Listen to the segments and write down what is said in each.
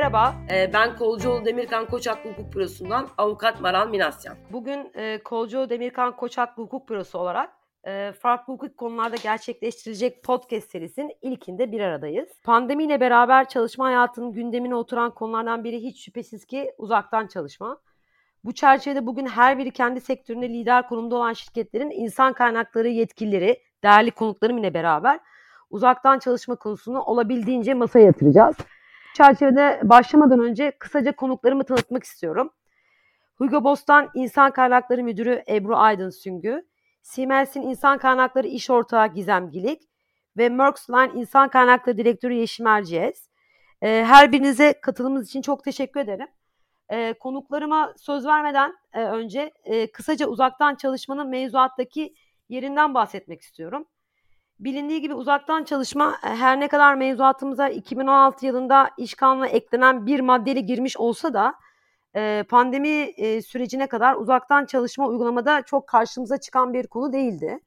Merhaba, ben Kolcuoğlu Demirkan Koç Hakkı Hukuk Bürosu'ndan Avukat Maral Minasyan. Bugün Kolcuoğlu Demirkan Koç Hakkı Hukuk Bürosu olarak farklı hukuk konularda gerçekleştirilecek podcast serisinin ilkinde bir aradayız. Pandemiyle beraber çalışma hayatının gündemine oturan konulardan biri hiç şüphesiz ki uzaktan çalışma. Bu çerçevede bugün her biri kendi sektöründe lider konumda olan şirketlerin insan kaynakları yetkilileri, değerli konuklarım ile beraber uzaktan çalışma konusunu olabildiğince masaya yatıracağız. Çerçevede başlamadan önce kısaca konuklarımı tanıtmak istiyorum. Hugo Boss'tan İnsan Kaynakları Müdürü Ebru Aydın Süngü, Siemens'in İnsan Kaynakları İş Ortağı Gizem Gilik ve Merckx Line İnsan Kaynakları Direktörü Yeşim Erciyes. Her birinize katılımınız için çok teşekkür ederim. Konuklarıma söz vermeden önce kısaca uzaktan çalışmanın mevzuattaki yerinden bahsetmek istiyorum. Bilindiği gibi uzaktan çalışma her ne kadar mevzuatımıza 2016 yılında İş Kanunu'na eklenen bir maddeyle girmiş olsa da pandemi sürecine kadar uzaktan çalışma uygulamada çok karşımıza çıkan bir konu değildi.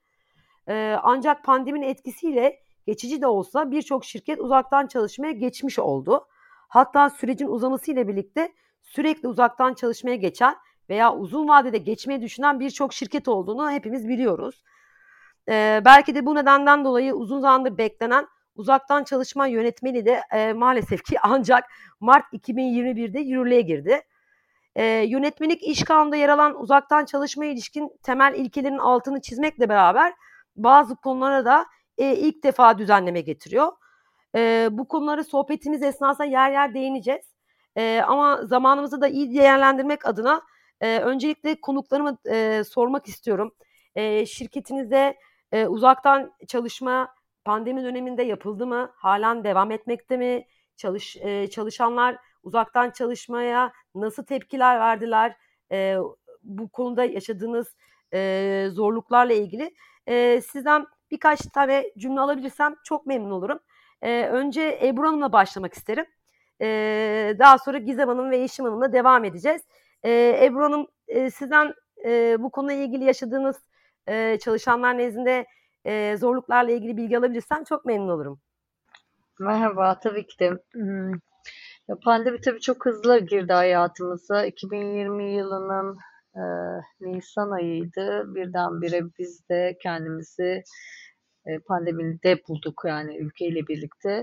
Ancak pandeminin etkisiyle geçici de olsa birçok şirket uzaktan çalışmaya geçmiş oldu. Hatta sürecin uzamasıyla birlikte sürekli uzaktan çalışmaya geçen veya uzun vadede geçmeyi düşünen birçok şirket olduğunu hepimiz biliyoruz. Belki de bu nedenden dolayı uzun zamandır beklenen uzaktan çalışma yönetmeliği de maalesef ki ancak Mart 2021'de yürürlüğe girdi. Yönetmelik İş Kanunu'nda yer alan uzaktan çalışmaya ilişkin temel ilkelerin altını çizmekle beraber bazı konulara da ilk defa düzenleme getiriyor. Bu konuları sohbetimiz esnasında yer yer değineceğiz. Ama zamanımızı da iyi değerlendirmek adına öncelikle konuklarıma sormak istiyorum. Şirketinizde uzaktan çalışma pandemi döneminde yapıldı mı? Halen devam etmekte mi? Çalışanlar uzaktan çalışmaya nasıl tepkiler verdiler? Bu konuda yaşadığınız zorluklarla ilgili sizden birkaç tane cümle alabilirsem çok memnun olurum. Önce Ebru Hanım'la başlamak isterim. Daha sonra Gizem Hanım ve Yeşim Hanım'la devam edeceğiz. Ebru Hanım, sizden bu konuyla ilgili yaşadığınız çalışanlar nezdinde zorluklarla ilgili bilgi alabilirsem çok memnun olurum. Merhaba, tabii ki de. Pandemi tabii çok hızlı girdi hayatımıza. 2020 yılının e, Nisan ayıydı. Birdenbire biz de kendimizi pandemide bulduk, yani ülkeyle birlikte.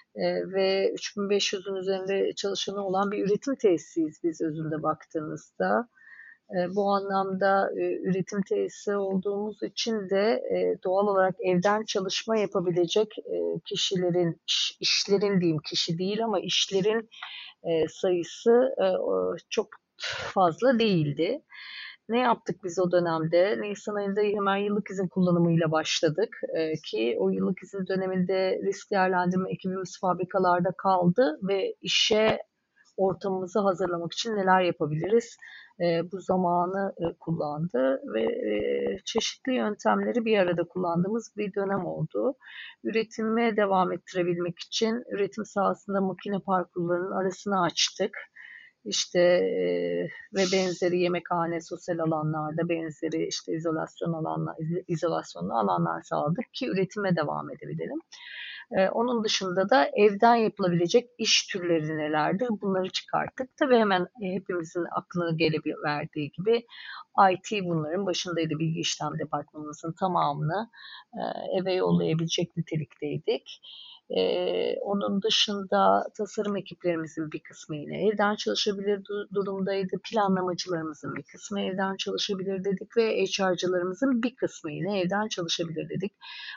Ve 3500'ün üzerinde çalışanı olan bir üretim tesisiyiz biz özünde baktığınızda. Bu anlamda üretim tesisi olduğumuz için de doğal olarak evden çalışma yapabilecek kişilerin, işlerin diyeyim, kişi değil ama işlerin sayısı çok fazla değildi. Ne yaptık biz o dönemde? Nisan ayında hemen yıllık izin kullanımıyla başladık ki o yıllık izin döneminde risk değerlendirme ekibimiz fabrikalarda kaldı ve işe ortamımızı hazırlamak için neler yapabiliriz? Bu zamanı kullandı ve çeşitli yöntemleri bir arada kullandığımız bir dönem oldu. Üretime devam ettirebilmek için üretim sahasında makine parkurlarının arasını açtık. İşte ve benzeri yemekhane, sosyal alanlarda benzeri işte izolasyonlu alanlar sağladık ki üretime devam edebilelim. Onun dışında da evden yapılabilecek iş türleri nelerdir? Bunları çıkarttık. Tabii hemen hepimizin aklına geleverdiği gibi IT bunların başındaydı. Bilgi işlem departmanımızın tamamını eve yollayabilecek nitelikteydik. Onun dışında tasarım ekiplerimizin bir kısmı yine evden çalışabilir durumdaydı. Planlamacılarımızın bir kısmı evden çalışabilir dedik ve HR'cılarımızın bir kısmı yine evden çalışabilir dedik.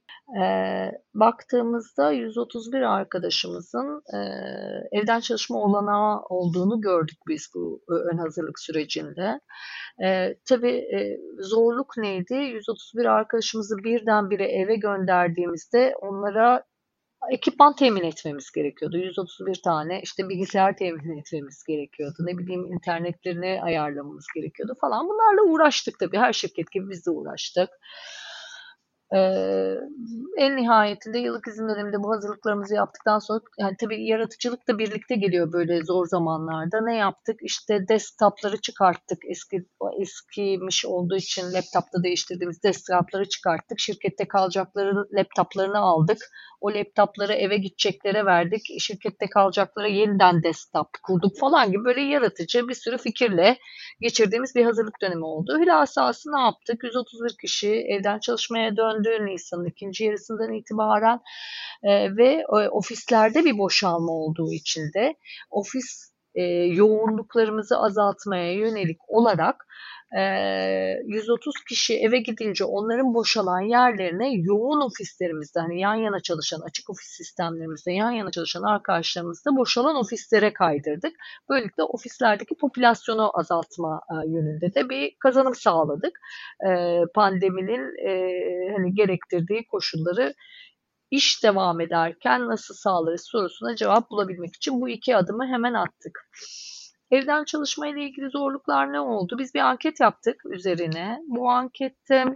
Baktığımızda 131 arkadaşımızın evden çalışma olanağı olduğunu gördük biz bu ön hazırlık sürecinde. Tabii zorluk neydi? 131 arkadaşımızı birdenbire eve gönderdiğimizde onlara ekipman temin etmemiz gerekiyordu. 131 tane işte bilgisayar temin etmemiz gerekiyordu. Ne bileyim internetlerini ayarlamamız gerekiyordu falan. Bunlarla uğraştık tabii. Her şirket gibi biz de uğraştık. En nihayetinde yıllık izin döneminde bu hazırlıklarımızı yaptıktan sonra yani tabii yaratıcılık da birlikte geliyor böyle zor zamanlarda. Ne yaptık? İşte desktop'ları çıkarttık. Eskimiş olduğu için laptop'ta değiştirdiğimiz desktop'ları çıkarttık. Şirkette kalacakların laptop'larını aldık. O laptop'ları eve gideceklere verdik. Şirkette kalacaklara yeniden desktop kurduk falan gibi böyle yaratıcı bir sürü fikirle geçirdiğimiz bir hazırlık dönemi oldu. Hülasası ne yaptık? 131 kişi evden çalışmaya döndü Nisan'ın ikinci yarısından itibaren. Ve ofislerde bir boşalma olduğu için de ofis yoğunluklarımızı azaltmaya yönelik olarak 130 kişi eve gidince onların boşalan yerlerine yoğun ofislerimizde hani yan yana çalışan açık ofis sistemlerimizde yan yana çalışan arkadaşlarımızla boşalan ofislere kaydırdık. Böylelikle ofislerdeki popülasyonu azaltma yönünde de bir kazanım sağladık. Pandeminin hani gerektirdiği koşulları iş devam ederken nasıl sağlarız sorusuna cevap bulabilmek için bu iki adımı hemen attık. Evden çalışma ile ilgili zorluklar ne oldu? Biz bir anket yaptık üzerine. Bu ankette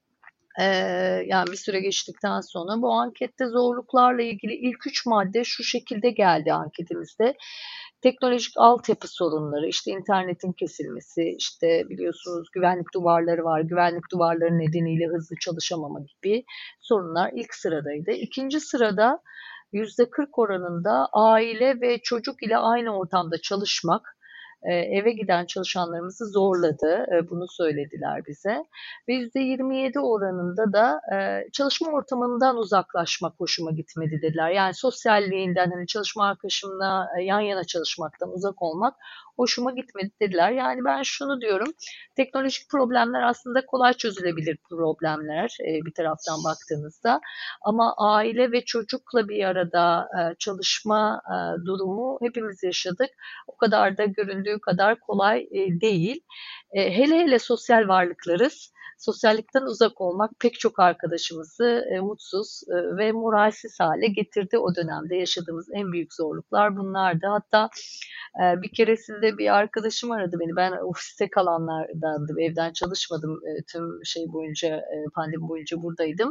yani bir süre geçtikten sonra bu ankette zorluklarla ilgili ilk 3 madde şu şekilde geldi anketimizde. Teknolojik altyapı sorunları, işte internetin kesilmesi, işte biliyorsunuz güvenlik duvarları var. Güvenlik duvarları nedeniyle hızlı çalışamama gibi sorunlar ilk sıradaydı. İkinci sırada %40 oranında aile ve çocuk ile aynı ortamda çalışmak eve giden çalışanlarımızı zorladı. Bunu söylediler bize. Ve %27 oranında da çalışma ortamından uzaklaşmak hoşuma gitmedi dediler. Yani sosyalliğinden hani çalışma arkadaşımla yan yana çalışmaktan uzak olmak hoşuma gitmedi dediler. Yani ben şunu diyorum, teknolojik problemler aslında kolay çözülebilir problemler bir taraftan baktığınızda. Ama aile ve çocukla bir arada çalışma durumu hepimiz yaşadık. O kadar da göründüğü kadar kolay değil. Hele hele sosyal varlıklarız. Sosyallikten uzak olmak pek çok arkadaşımızı mutsuz ve moralsiz hale getirdi. O dönemde yaşadığımız en büyük zorluklar bunlardı. Hatta bir keresinde bir arkadaşım aradı beni. Ben ofiste kalanlardandım. Evden çalışmadım. Tüm şey boyunca, pandemi boyunca buradaydım.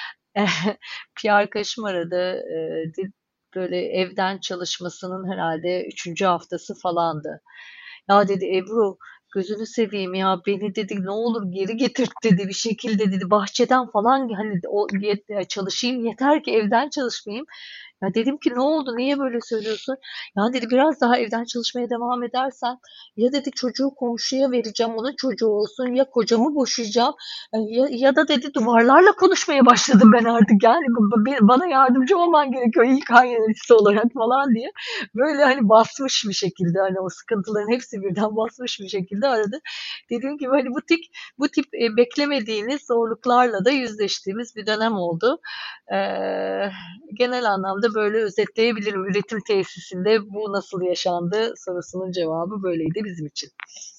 Bir arkadaşım aradı. Böyle evden çalışmasının herhalde üçüncü haftası falandı. Ya dedi Ebru, gözünü seveyim ya beni dedi ne olur geri getirt dedi bir şekilde dedi bahçeden falan hani çalışayım yeter ki evden çalışmayayım. Ya dedim ki ne oldu niye böyle söylüyorsun? Ya dedi biraz daha evden çalışmaya devam edersen ya dedi çocuğu komşuya vereceğim onun çocuğu olsun ya kocamı boşayacağım ya da dedi duvarlarla konuşmaya başladım ben artık yani bana yardımcı olman gerekiyor ilk an yöneticisi olarak falan diye. Böyle hani basmış bir şekilde hani o sıkıntıların hepsi birden basmış bir şekilde aradı. Dediğim gibi hani bu tip beklemediğiniz zorluklarla da yüzleştiğimiz bir dönem oldu. Eee, Genel anlamda böyle özetleyebilirim. Üretim tesisinde bu nasıl yaşandı sorusunun cevabı böyleydi bizim için.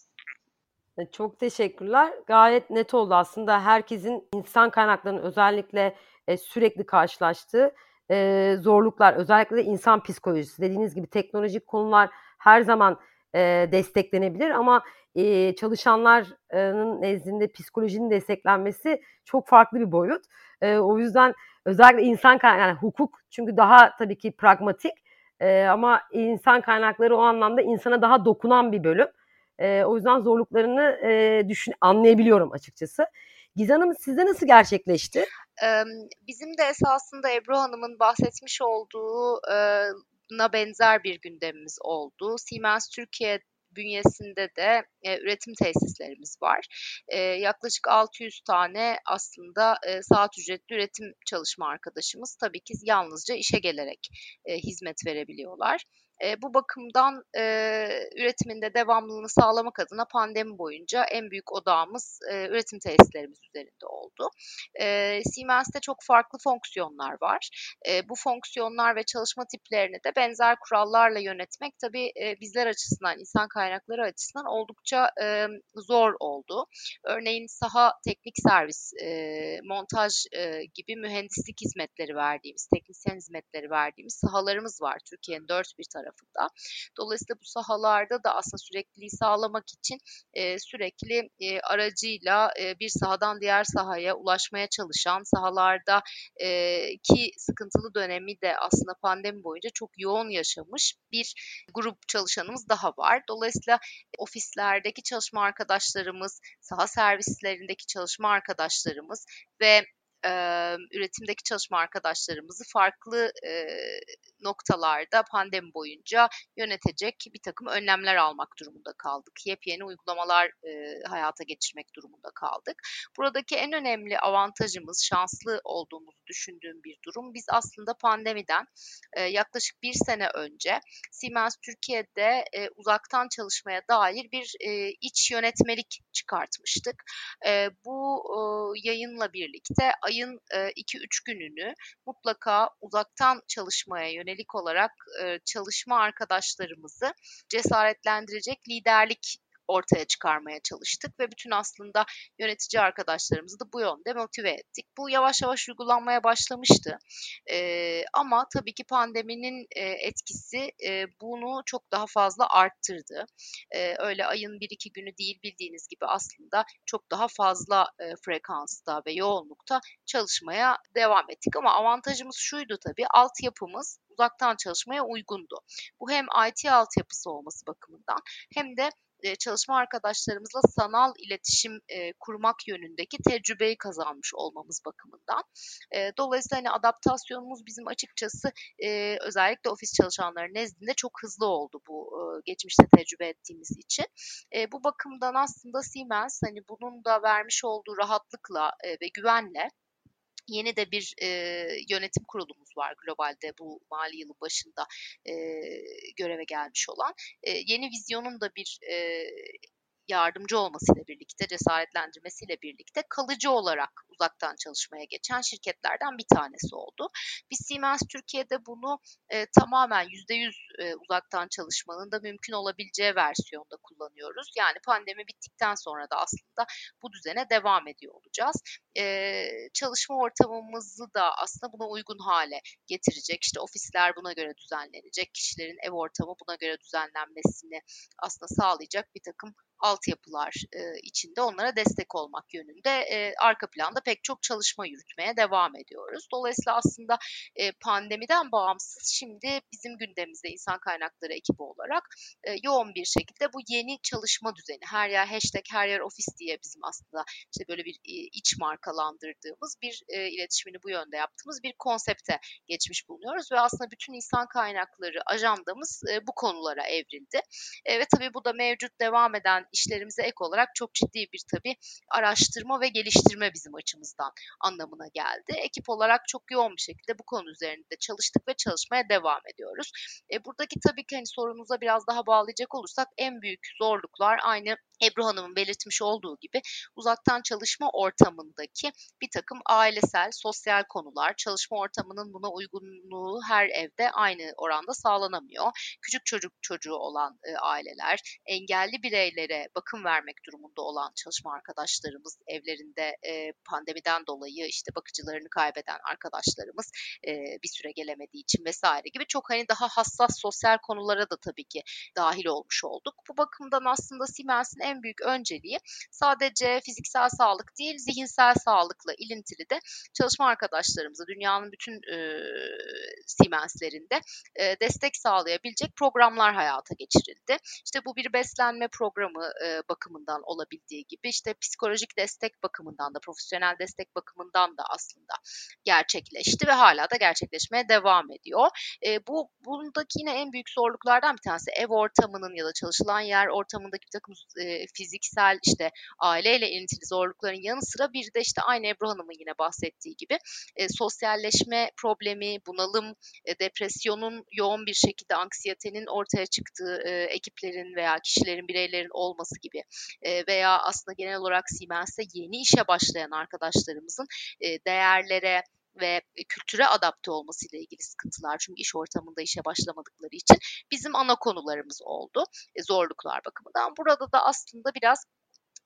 Çok teşekkürler. Gayet net oldu aslında. Herkesin insan kaynaklarının özellikle sürekli karşılaştığı zorluklar, özellikle de insan psikolojisi. Dediğiniz gibi teknolojik konular her zaman desteklenebilir ama çalışanların nezdinde psikolojinin desteklenmesi çok farklı bir boyut. O yüzden özellikle insan kaynakları, yani hukuk çünkü daha tabii ki pragmatik ama insan kaynakları o anlamda insana daha dokunan bir bölüm. O yüzden zorluklarını anlayabiliyorum açıkçası. Gizem Hanım sizde nasıl gerçekleşti? Bizim de esasında Ebru Hanım'ın bahsetmiş olduğu benzer bir gündemimiz oldu. Siemens Türkiye bünyesinde de üretim tesislerimiz var. Yaklaşık 600 tane aslında saat ücretli üretim çalışma arkadaşımız tabii ki yalnızca işe gelerek hizmet verebiliyorlar. Bu bakımdan üretiminde devamlılığını sağlamak adına pandemi boyunca en büyük odağımız üretim tesislerimiz üzerinde oldu. Siemens'te çok farklı fonksiyonlar var. Bu fonksiyonlar ve çalışma tiplerini de benzer kurallarla yönetmek tabii bizler açısından, insan kaynakları açısından oldukça zor oldu. Örneğin saha teknik servis, montaj gibi mühendislik hizmetleri verdiğimiz, teknisyen hizmetleri verdiğimiz sahalarımız var Türkiye'nin dört bir tarafında. tarafında. Dolayısıyla bu sahalarda da aslında sürekliliği sağlamak için sürekli aracıyla bir sahadan diğer sahaya ulaşmaya çalışan, sahalarda ki sıkıntılı dönemi de aslında pandemi boyunca çok yoğun yaşamış bir grup çalışanımız daha var. Dolayısıyla ofislerdeki çalışma arkadaşlarımız, saha servislerindeki çalışma arkadaşlarımız ve üretimdeki çalışma arkadaşlarımızı farklı noktalarda pandemi boyunca yönetecek bir takım önlemler almak durumunda kaldık. Yepyeni uygulamalar hayata geçirmek durumunda kaldık. Buradaki en önemli avantajımız, şanslı olduğumuzu düşündüğüm bir durum. Biz aslında pandemiden yaklaşık 1 sene önce Siemens Türkiye'de uzaktan çalışmaya dair bir iç yönetmelik çıkartmıştık. Bu yayınla birlikte ayın 2-3 gününü mutlaka uzaktan çalışmaya yönelik olarak çalışma arkadaşlarımızı cesaretlendirecek liderlik ortaya çıkarmaya çalıştık ve bütün aslında yönetici arkadaşlarımızı da bu yönde motive ettik. Bu yavaş yavaş uygulanmaya başlamıştı. Ama tabii ki pandeminin etkisi bunu çok daha fazla arttırdı. Öyle ayın 1-2 günü değil, bildiğiniz gibi aslında çok daha fazla frekansta ve yoğunlukta çalışmaya devam ettik. Ama avantajımız şuydu tabii, altyapımız uzaktan çalışmaya uygundu. Bu hem IT altyapısı olması bakımından hem de çalışma arkadaşlarımızla sanal iletişim kurmak yönündeki tecrübeyi kazanmış olmamız bakımından. Dolayısıyla hani adaptasyonumuz bizim açıkçası özellikle ofis çalışanları nezdinde çok hızlı oldu bu geçmişte tecrübe ettiğimiz için. Bu bakımdan aslında Siemens hani bunun da vermiş olduğu rahatlıkla ve güvenle yeni de bir yönetim kurulumuz var globalde bu mali yılın başında göreve gelmiş olan. Yeni vizyonun da bir yardımcı olmasıyla birlikte, cesaretlendirmesiyle birlikte kalıcı olarak uzaktan çalışmaya geçen şirketlerden bir tanesi oldu. Biz Siemens Türkiye'de bunu tamamen %100 uzaktan çalışmanın da mümkün olabileceği versiyonda kullanıyoruz. Yani pandemi bittikten sonra da aslında bu düzene devam ediyor olacağız. Çalışma ortamımızı da aslında buna uygun hale getirecek. İşte ofisler buna göre düzenlenecek, kişilerin ev ortamı buna göre düzenlenmesini aslında sağlayacak bir takım altyapılar içinde onlara destek olmak yönünde arka planda pek çok çalışma yürütmeye devam ediyoruz. Dolayısıyla aslında pandemiden bağımsız şimdi bizim gündemimizde insan kaynakları ekibi olarak yoğun bir şekilde bu yeni çalışma düzeni, her yer hashtag, her yer ofis diye bizim aslında işte böyle bir iç markalandırdığımız bir iletişimini bu yönde yaptığımız bir konsepte geçmiş bulunuyoruz ve aslında bütün insan kaynakları ajandamız bu konulara evrildi. Ve tabii bu da mevcut devam eden işlerimize ek olarak çok ciddi bir tabii araştırma ve geliştirme bizim açımızdan anlamına geldi. Ekip olarak çok yoğun bir şekilde bu konu üzerinde çalıştık ve çalışmaya devam ediyoruz. Buradaki tabii ki hani sorunuza biraz daha bağlayacak olursak en büyük zorluklar aynı Ebru Hanım'ın belirtmiş olduğu gibi uzaktan çalışma ortamındaki bir takım ailesel, sosyal konular, çalışma ortamının buna uygunluğu her evde aynı oranda sağlanamıyor. Küçük çocuğu olan aileler, engelli bireylere bakım vermek durumunda olan çalışma arkadaşlarımız, evlerinde pandemiden dolayı işte bakıcılarını kaybeden arkadaşlarımız bir süre gelemediği için vesaire gibi çok hani daha hassas sosyal konulara da tabii ki dahil olmuş olduk. Bu bakımdan aslında Siemens'in en büyük önceliği sadece fiziksel sağlık değil, zihinsel sağlıkla ilintili de çalışma arkadaşlarımıza dünyanın bütün Siemens'lerinde destek sağlayabilecek programlar hayata geçirildi. İşte bu bir beslenme programı bakımından olabildiği gibi işte psikolojik destek bakımından da profesyonel destek bakımından da aslında gerçekleşti ve hala da gerçekleşmeye devam ediyor. Bundaki yine en büyük zorluklardan bir tanesi ev ortamının ya da çalışılan yer ortamındaki bir takım fiziksel işte aileyle ilintili zorlukların yanı sıra bir de işte aynı Ebru Hanım'ın yine bahsettiği gibi sosyalleşme problemi, bunalım, depresyonun yoğun bir şekilde anksiyetenin ortaya çıktığı ekiplerin veya kişilerin, bireylerin olması gibi veya aslında genel olarak Siemens'te yeni işe başlayan arkadaşlarımızın değerlere ve kültüre adapte olmasıyla ilgili sıkıntılar. Çünkü iş ortamında işe başlamadıkları için bizim ana konularımız oldu zorluklar bakımından. Burada da aslında biraz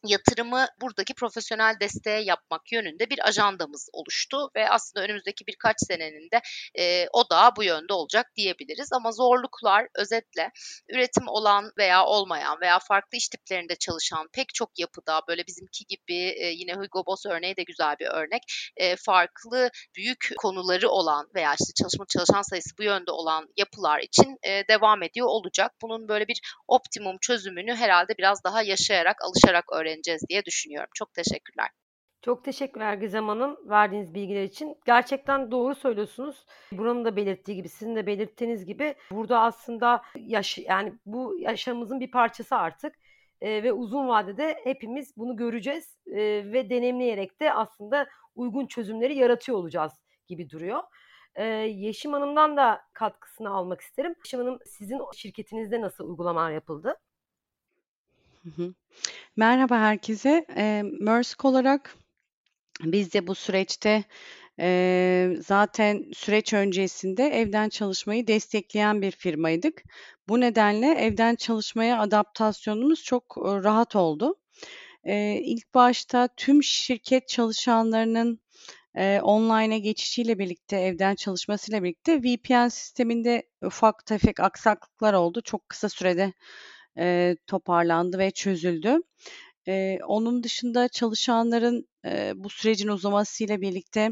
yatırımı buradaki profesyonel desteğe yapmak yönünde bir ajandamız oluştu ve aslında önümüzdeki birkaç senenin de odağı bu yönde olacak diyebiliriz. Ama zorluklar özetle üretim olan veya olmayan veya farklı iş tiplerinde çalışan pek çok yapıda böyle bizimki gibi yine Hugo Boss örneği de güzel bir örnek. Farklı büyük konuları olan veya işte çalışan sayısı bu yönde olan yapılar için devam ediyor olacak. Bunun böyle bir optimum çözümünü herhalde biraz daha yaşayarak, alışarak öğreneceğiz diye düşünüyorum. Çok teşekkürler. Çok teşekkürler Gizem Hanım verdiğiniz bilgiler için. Gerçekten doğru söylüyorsunuz. Buranın da belirttiği gibi, sizin de belirttiğiniz gibi burada aslında yani bu yaşamımızın bir parçası artık. Ve uzun vadede hepimiz bunu göreceğiz ve deneyimleyerek de aslında uygun çözümleri yaratıyor olacağız gibi duruyor. Yeşim Hanım'dan da katkısını almak isterim. Yeşim Hanım, sizin şirketinizde nasıl uygulamalar yapıldı? Hı hı. Merhaba herkese. Maersk olarak biz de bu süreçte zaten süreç öncesinde evden çalışmayı destekleyen bir firmaydık. Bu nedenle evden çalışmaya adaptasyonumuz çok rahat oldu. İlk başta tüm şirket çalışanlarının online'a geçişiyle birlikte, evden çalışmasıyla birlikte VPN sisteminde ufak tefek aksaklıklar oldu. Çok kısa sürede toparlandı ve çözüldü. Onun dışında çalışanların bu sürecin uzamasıyla birlikte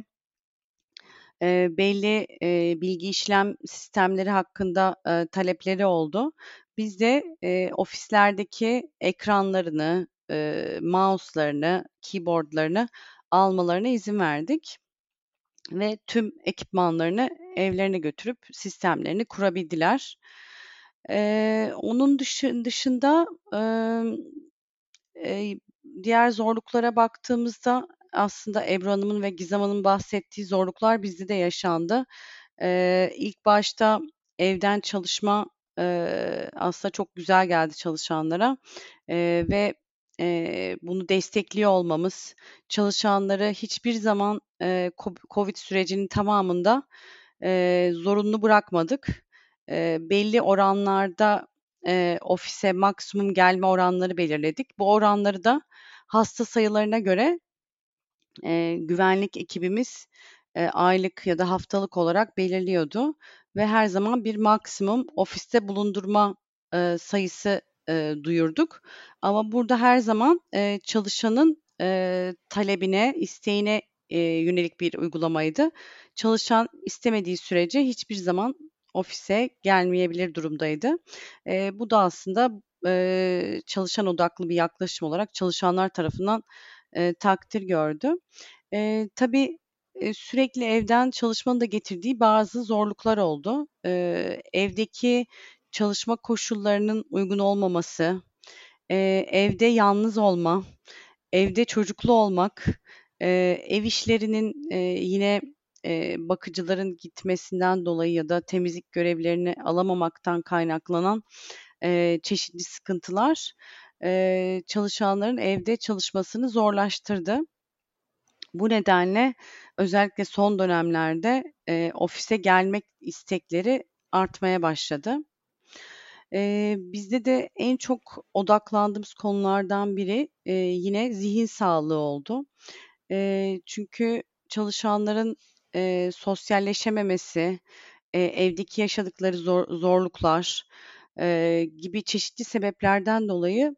belli bilgi işlem sistemleri hakkında talepleri oldu. Biz de ofislerdeki ekranlarını, mouse'larını, keyboard'larını almalarına izin verdik ve tüm ekipmanlarını evlerine götürüp sistemlerini kurabildiler. Onun dışında, eee, diğer zorluklara baktığımızda aslında Ebru Hanım'ın ve Gizem Hanım'ın bahsettiği zorluklar bizde de yaşandı. İlk başta evden çalışma, aslında çok güzel geldi çalışanlara, ve bunu destekliyor olmamız, çalışanları hiçbir zaman COVID sürecinin tamamında zorunlu bırakmadık. Belli oranlarda ofise maksimum gelme oranları belirledik. Bu oranları da hasta sayılarına göre güvenlik ekibimiz aylık ya da haftalık olarak belirliyordu ve her zaman bir maksimum ofiste bulundurma sayısı duyurduk. Ama burada her zaman çalışanın talebine, isteğine yönelik bir uygulamaydı. Çalışan istemediği sürece hiçbir zaman ofise gelmeyebilir durumdaydı. Bu da aslında çalışan odaklı bir yaklaşım olarak çalışanlar tarafından takdir gördü. Tabii, sürekli evden çalışmanın da getirdiği bazı zorluklar oldu. Evdeki çalışma koşullarının uygun olmaması, evde yalnız olma, evde çocuklu olmak, ev işlerinin, yine, bakıcıların gitmesinden dolayı ya da temizlik görevlerini alamamaktan kaynaklanan, çeşitli sıkıntılar, çalışanların evde çalışmasını zorlaştırdı. Bu nedenle özellikle son dönemlerde, ofise gelmek istekleri artmaya başladı. Bizde de en çok odaklandığımız konulardan biri, yine zihin sağlığı oldu. Çünkü çalışanların, sosyalleşememesi, evdeki yaşadıkları zorluklar, gibi çeşitli sebeplerden dolayı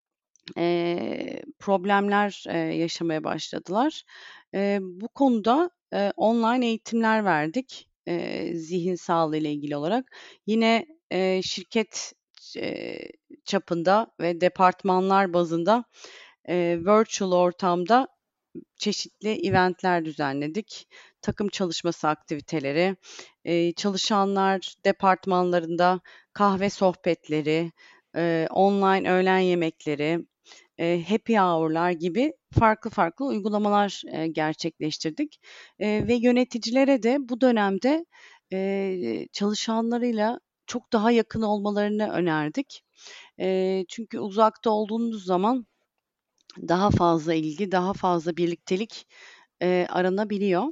problemler yaşamaya başladılar. Bu konuda online eğitimler verdik, zihin sağlığı ile ilgili olarak. Yine şirket çapında ve departmanlar bazında virtual ortamda çeşitli event'ler düzenledik. Takım çalışması aktiviteleri, çalışanlar departmanlarında kahve sohbetleri, online öğlen yemekleri, happy hour'lar gibi farklı farklı uygulamalar gerçekleştirdik. Ve yöneticilere de bu dönemde çalışanlarıyla çok daha yakın olmalarını önerdik. Çünkü uzakta olduğunuz zaman daha fazla ilgi, daha fazla birliktelik aranabiliyor.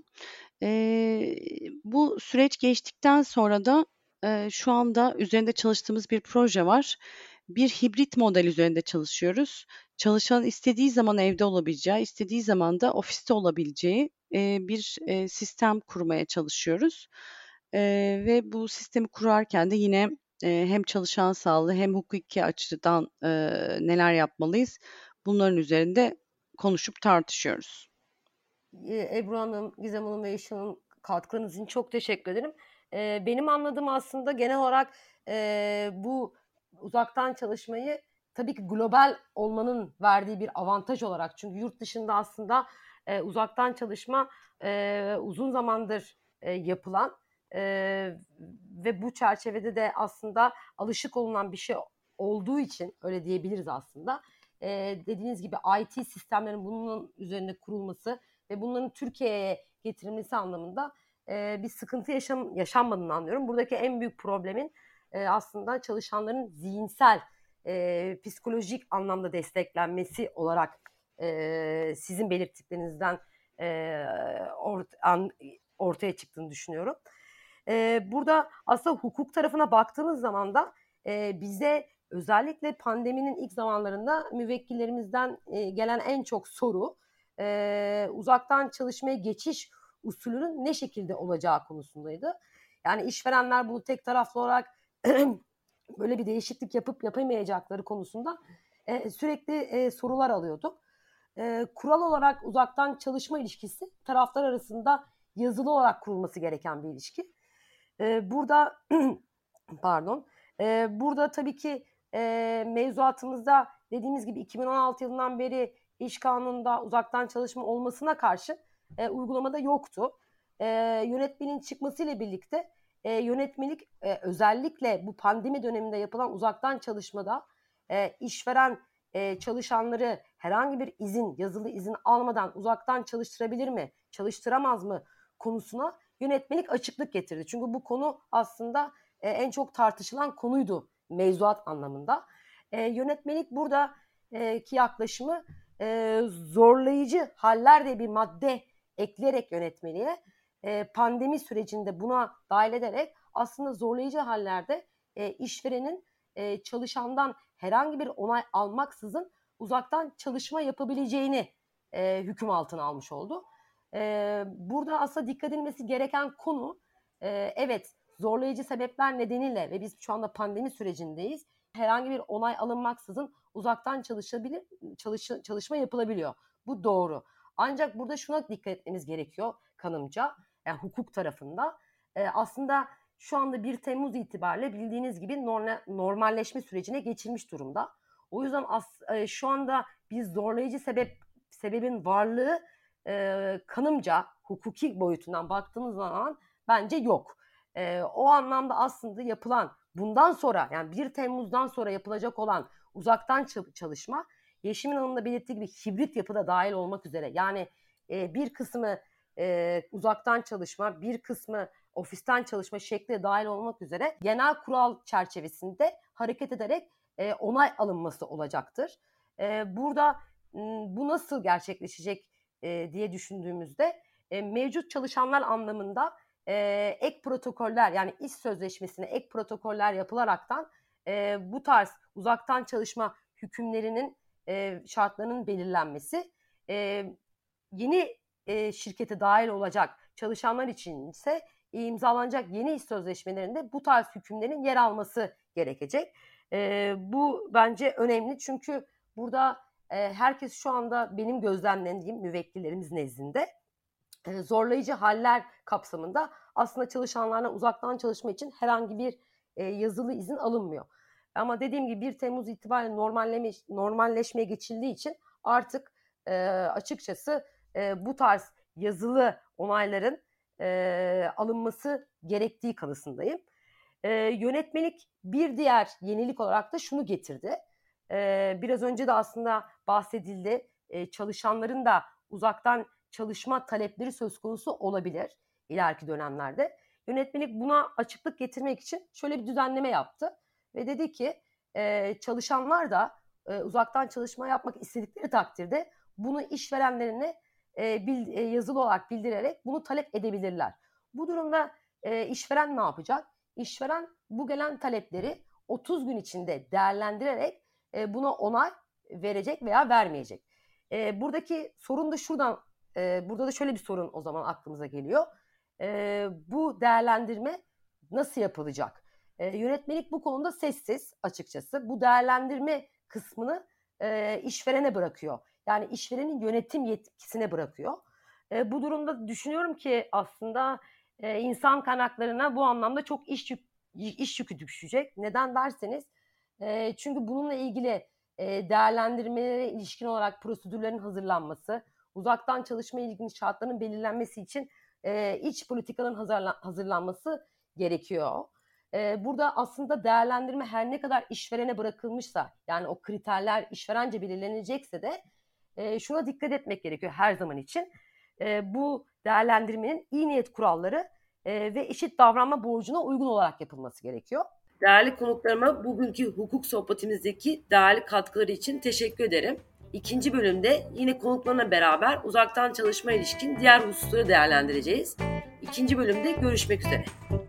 Bu süreç geçtikten sonra da şu anda üzerinde çalıştığımız bir proje var. Bir hibrit model üzerinde çalışıyoruz. çalışan istediği zaman evde olabileceği, istediği zaman da ofiste olabileceği bir sistem kurmaya çalışıyoruz. Ve bu sistemi kurarken de yine hem çalışan sağlığı hem hukuki açıdan neler yapmalıyız, bunların üzerinde konuşup tartışıyoruz. Ebru Hanım, Gizem Hanım ve İş Hanım, katkılarınız için çok teşekkür ederim. Benim anladığım aslında genel olarak bu uzaktan çalışmayı tabii ki global olmanın verdiği bir avantaj olarak, çünkü yurt dışında aslında uzaktan çalışma uzun zamandır yapılan ve bu çerçevede de aslında alışık olunan bir şey olduğu için öyle diyebiliriz aslında. Dediğiniz gibi IT sistemlerin bunun üzerine kurulması ve bunların Türkiye'ye getirilmesi anlamında bir sıkıntı yaşanmadığını anlıyorum. Buradaki en büyük problemin aslında çalışanların zihinsel, psikolojik anlamda desteklenmesi olarak sizin belirttiklerinizden ortaya çıktığını düşünüyorum. Burada aslında hukuk tarafına baktığımız zaman da bize özellikle pandeminin ilk zamanlarında müvekkillerimizden gelen en çok soru uzaktan çalışmaya geçiş usulünün ne şekilde olacağı konusundaydı. Yani işverenler bunu tek taraflı olarak böyle bir değişiklik yapıp yapamayacakları konusunda sürekli sorular alıyorduk. Kural olarak uzaktan çalışma ilişkisi taraflar arasında yazılı olarak kurulması gereken bir ilişki. Burada pardon, burada tabii ki mevzuatımızda dediğimiz gibi 2016 yılından beri iş kanununda uzaktan çalışma olmasına karşı uygulamada yoktu. Yönetmenin çıkmasıyla birlikte yönetmelik özellikle bu pandemi döneminde yapılan uzaktan çalışmada işveren çalışanları herhangi bir izin, yazılı izin almadan uzaktan çalıştırabilir mi, çalıştıramaz mı konusuna yönetmelik açıklık getirdi. Çünkü bu konu aslında en çok tartışılan konuydu mevzuat anlamında. Yönetmelik buradaki yaklaşımı zorlayıcı haller diye bir madde ekleyerek yönetmeliğe pandemi sürecinde buna dahil ederek aslında zorlayıcı hallerde işverenin çalışandan herhangi bir onay almaksızın uzaktan çalışma yapabileceğini hüküm altına almış oldu. Burada aslında dikkat edilmesi gereken konu evet, zorlayıcı sebepler nedeniyle ve biz şu anda pandemi sürecindeyiz. Herhangi bir onay alınmaksızın uzaktan çalışma yapılabiliyor. Bu doğru. Ancak burada şuna dikkat etmemiz gerekiyor kanımca, yani hukuk tarafında. Aslında şu anda 1 Temmuz itibariyle bildiğiniz gibi normalleşme sürecine geçilmiş durumda. O yüzden şu anda bir zorlayıcı sebebin varlığı kanımca hukuki boyutundan baktığımız zaman bence yok. O anlamda aslında yapılan bundan sonra, yani 1 Temmuz'dan sonra yapılacak olan uzaktan çalışma, Yeşim'in Hanım'ın belirttiği gibi hibrit yapıda dahil olmak üzere, yani bir kısmı uzaktan çalışma, bir kısmı ofisten çalışma şekli dahil olmak üzere genel kural çerçevesinde hareket ederek onay alınması olacaktır. Burada bu nasıl gerçekleşecek diye düşündüğümüzde mevcut çalışanlar anlamında ek protokoller, yani iş sözleşmesine ek protokoller yapılaraktan bu tarz uzaktan çalışma hükümlerinin şartlarının belirlenmesi, yeni şirkete dahil olacak çalışanlar için ise imzalanacak yeni iş sözleşmelerinde bu tarz hükümlerin yer alması gerekecek. Bu bence önemli, çünkü burada herkes şu anda benim gözlemlediğim müvekkillerimiz nezdinde zorlayıcı haller kapsamında aslında çalışanlarına uzaktan çalışma için herhangi bir yazılı izin alınmıyor. Ama dediğim gibi 1 Temmuz itibariyle normalleşmeye geçildiği için artık açıkçası bu tarz yazılı onayların alınması gerektiği kanısındayım. Yönetmelik bir diğer yenilik olarak da şunu getirdi. Biraz önce de aslında bahsedildi. Çalışanların da uzaktan çalışma talepleri söz konusu olabilir ileriki dönemlerde. Yönetmelik buna açıklık getirmek için şöyle bir düzenleme yaptı ve dedi ki çalışanlar da uzaktan çalışma yapmak istedikleri takdirde bunu işverenlerine yazılı olarak bildirerek bunu talep edebilirler. Bu durumda işveren ne yapacak? İşveren bu gelen talepleri 30 gün içinde değerlendirerek buna onay verecek veya vermeyecek. Buradaki sorun da şuradan, burada da şöyle bir sorun o zaman aklımıza geliyor. Bu değerlendirme nasıl yapılacak? Yönetmelik bu konuda sessiz açıkçası. Bu değerlendirme kısmını işverene bırakıyor. Yani işverenin yönetim yetkisine bırakıyor. Bu durumda düşünüyorum ki aslında insan kaynaklarına bu anlamda çok iş yükü düşecek. Neden derseniz çünkü bununla ilgili değerlendirmelere ilişkin olarak prosedürlerin hazırlanması, uzaktan çalışma ilgili şartların belirlenmesi için iç politikaların hazırlanması gerekiyor. Burada aslında değerlendirme her ne kadar işverene bırakılmışsa, yani o kriterler işverence belirlenecekse de şuna dikkat etmek gerekiyor her zaman için. Bu değerlendirmenin iyi niyet kuralları ve eşit davranma borcuna uygun olarak yapılması gerekiyor. Değerli konuklarıma bugünkü hukuk sohbetimizdeki değerli katkıları için teşekkür ederim. İkinci bölümde yine konuklarla beraber uzaktan çalışma ilişkin diğer hususları değerlendireceğiz. İkinci bölümde görüşmek üzere.